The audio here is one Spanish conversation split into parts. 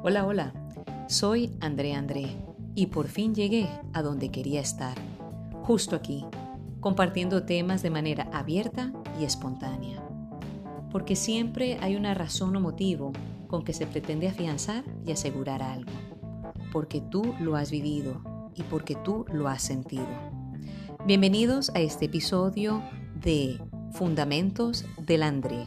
Hola, hola, soy André y por fin llegué a donde quería estar, justo aquí, compartiendo temas de manera abierta y espontánea. Porque siempre hay una razón o motivo con que se pretende afianzar y asegurar algo. Porque tú lo has vivido y porque tú lo has sentido. Bienvenidos a este episodio de Fundamentos del André.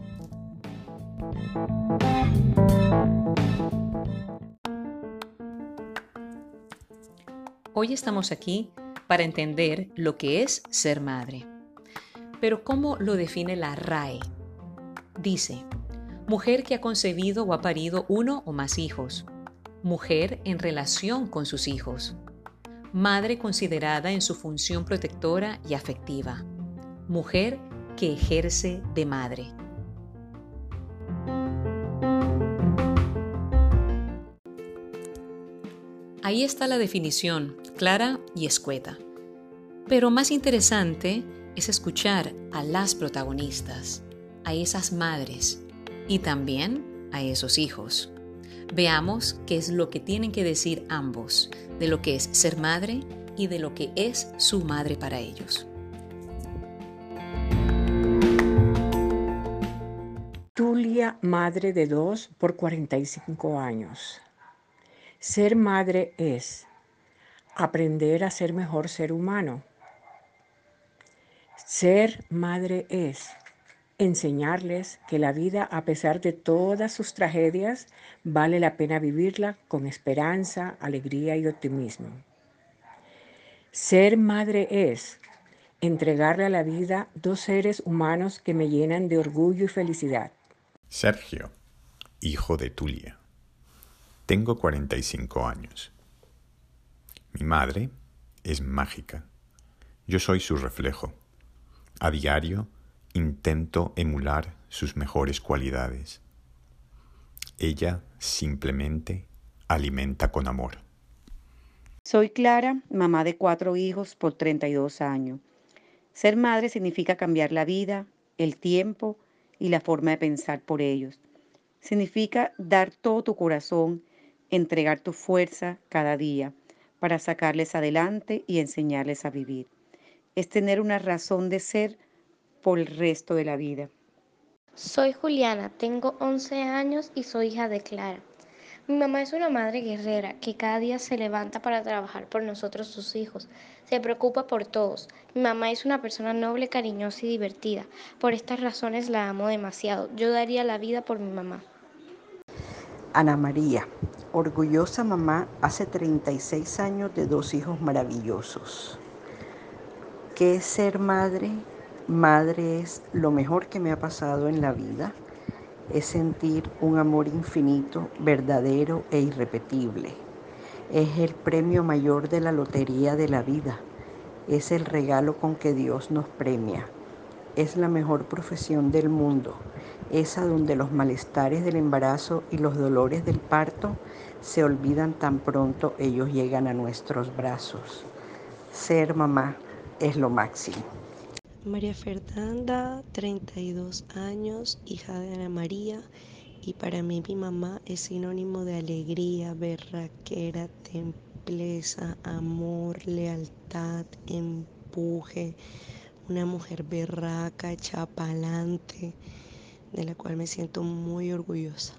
Hoy estamos aquí para entender lo que es ser madre. Pero ¿cómo lo define la RAE? Dice, mujer que ha concebido o ha parido uno o más hijos. Mujer en relación con sus hijos. Madre considerada en su función protectora y afectiva. Mujer que ejerce de madre. Ahí está la definición, clara y escueta. Pero más interesante es escuchar a las protagonistas, a esas madres y también a esos hijos. Veamos qué es lo que tienen que decir ambos de lo que es ser madre y de lo que es su madre para ellos. Julia, madre de 2 por 45 años. Ser madre es aprender a ser mejor ser humano. Ser madre es enseñarles que la vida, a pesar de todas sus tragedias, vale la pena vivirla con esperanza, alegría y optimismo. Ser madre es entregarle a la vida dos seres humanos que me llenan de orgullo y felicidad. Sergio, hijo de Tulia. Tengo 45 años. Mi madre es mágica. Yo soy su reflejo. A diario intento emular sus mejores cualidades. Ella simplemente alimenta con amor. Soy Clara, mamá de 4 hijos por 32 años. Ser madre significa cambiar la vida, el tiempo y la forma de pensar por ellos. Significa dar todo tu corazón, entregar tu fuerza cada día para sacarles adelante y enseñarles a vivir. Es tener una razón de ser por el resto de la vida. Soy Juliana, tengo 11 años y soy hija de Clara. Mi mamá es una madre guerrera que cada día se levanta para trabajar por nosotros sus hijos. Se preocupa por todos. Mi mamá es una persona noble, cariñosa y divertida. Por estas razones la amo demasiado. Yo daría la vida por mi mamá. Ana María, orgullosa mamá hace 36 años de 2 hijos maravillosos. ¿Qué es ser madre? Madre es lo mejor que me ha pasado en la vida. Es sentir un amor infinito, verdadero e irrepetible. Es el premio mayor de la lotería de la vida. Es el regalo con que Dios nos premia. Es la mejor profesión del mundo, esa donde los malestares del embarazo y los dolores del parto se olvidan tan pronto ellos llegan a nuestros brazos. Ser mamá es lo máximo. María Fernanda, 32 años, hija de Ana María, y para mí mi mamá es sinónimo de alegría, berraquera, templeza, amor, lealtad, empuje, una mujer berraca, echada pa'lante, de la cual me siento muy orgullosa.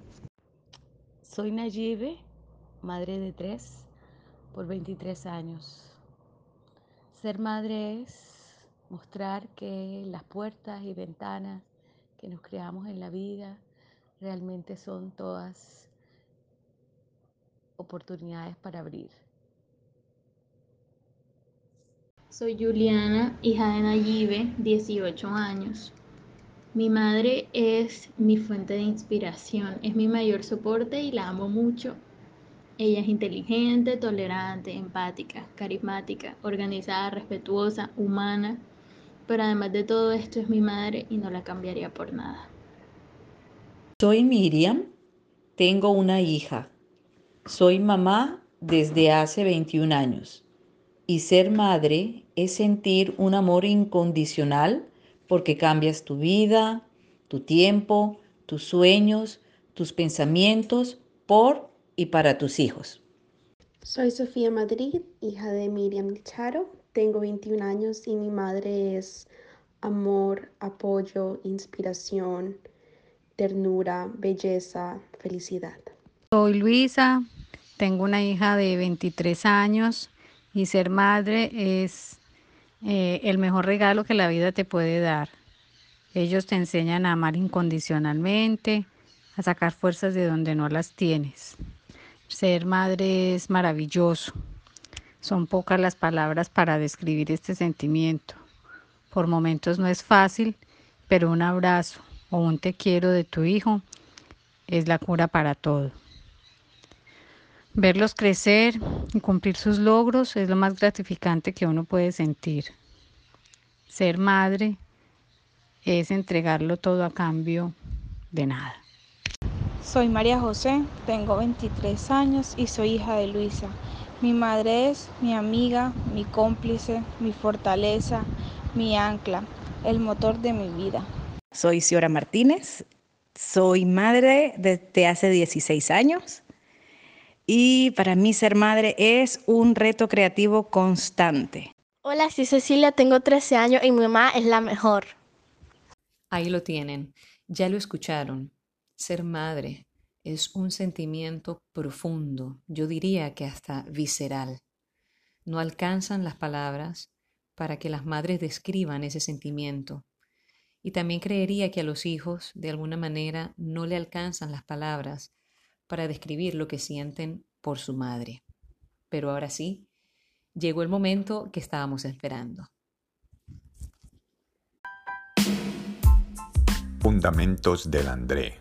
Soy Nayibe, madre de 3 por 23 años. Ser madre es mostrar que las puertas y ventanas que nos creamos en la vida realmente son todas oportunidades para abrir. Soy Juliana, hija de Nayibe, 18 años. Mi madre es mi fuente de inspiración, es mi mayor soporte y la amo mucho. Ella es inteligente, tolerante, empática, carismática, organizada, respetuosa, humana, pero además de todo esto es mi madre y no la cambiaría por nada. Soy Miriam, tengo una hija. Soy mamá desde hace 21 años. Y ser madre es sentir un amor incondicional porque cambias tu vida, tu tiempo, tus sueños, tus pensamientos por y para tus hijos. Soy Sofía Madrid, hija de Miriam Charo. Tengo 21 años y mi madre es amor, apoyo, inspiración, ternura, belleza, felicidad. Soy Luisa, tengo una hija de 23 años y ser madre es el mejor regalo que la vida te puede dar. Ellos te enseñan a amar incondicionalmente, a sacar fuerzas de donde no las tienes. Ser madre es maravilloso. Son pocas las palabras para describir este sentimiento. Por momentos no es fácil, pero un abrazo o un te quiero de tu hijo es la cura para todo. Verlos crecer y cumplir sus logros es lo más gratificante que uno puede sentir. Ser madre es entregarlo todo a cambio de nada. Soy María José, tengo 23 años y soy hija de Luisa. Mi madre es mi amiga, mi cómplice, mi fortaleza, mi ancla, el motor de mi vida. Soy Ciora Martínez, soy madre desde hace 16 años y para mí ser madre es un reto creativo constante. Hola, soy Cecilia, tengo 13 años y mi mamá es la mejor. Ahí lo tienen, ya lo escucharon. Ser madre es un sentimiento profundo, yo diría que hasta visceral. No alcanzan las palabras para que las madres describan ese sentimiento. Y también creería que a los hijos, de alguna manera, no le alcanzan las palabras para describir lo que sienten por su madre. Pero ahora sí, llegó el momento que estábamos esperando. Fundamentos del André.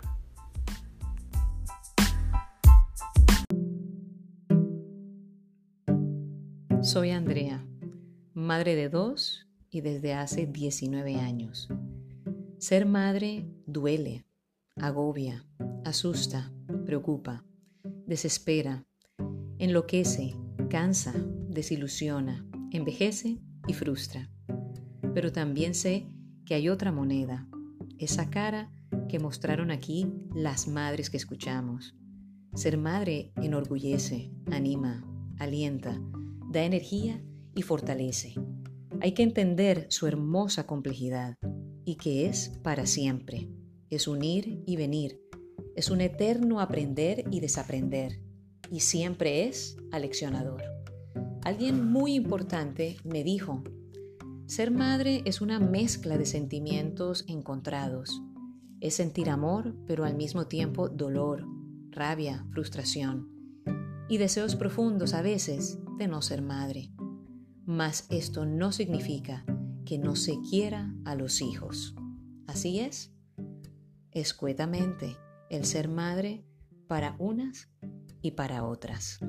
Soy Andrea, madre de 2 y desde hace 19 años. Ser madre duele, agobia, asusta, preocupa, desespera, enloquece, cansa, desilusiona, envejece y frustra. Pero también sé que hay otra moneda, esa cara que mostraron aquí las madres que escuchamos. Ser madre enorgullece, anima, alienta, da energía y fortalece. Hay que entender su hermosa complejidad y que es para siempre. Es un ir y venir. Es un eterno aprender y desaprender. Y siempre es aleccionador. Alguien muy importante me dijo, ser madre es una mezcla de sentimientos encontrados. Es sentir amor, pero al mismo tiempo dolor, rabia, frustración y deseos profundos a veces de no ser madre. Mas esto no significa que no se quiera a los hijos. Así es, escuetamente, el ser madre para unas y para otras.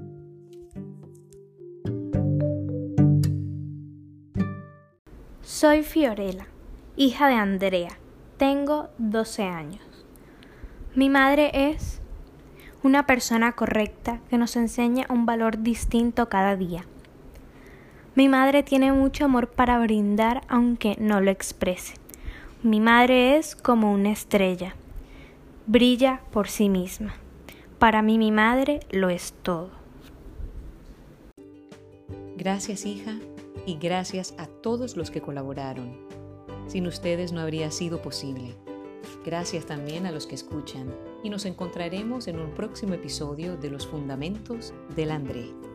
Soy Fiorella, hija de Andrea. Tengo 12 años. Mi madre es una persona correcta que nos enseña un valor distinto cada día. Mi madre tiene mucho amor para brindar aunque no lo exprese. Mi madre es como una estrella. Brilla por sí misma. Para mí mi madre lo es todo. Gracias, hija, y gracias a todos los que colaboraron. Sin ustedes no habría sido posible. Gracias también a los que escuchan y nos encontraremos en un próximo episodio de Los Fundamentos del André.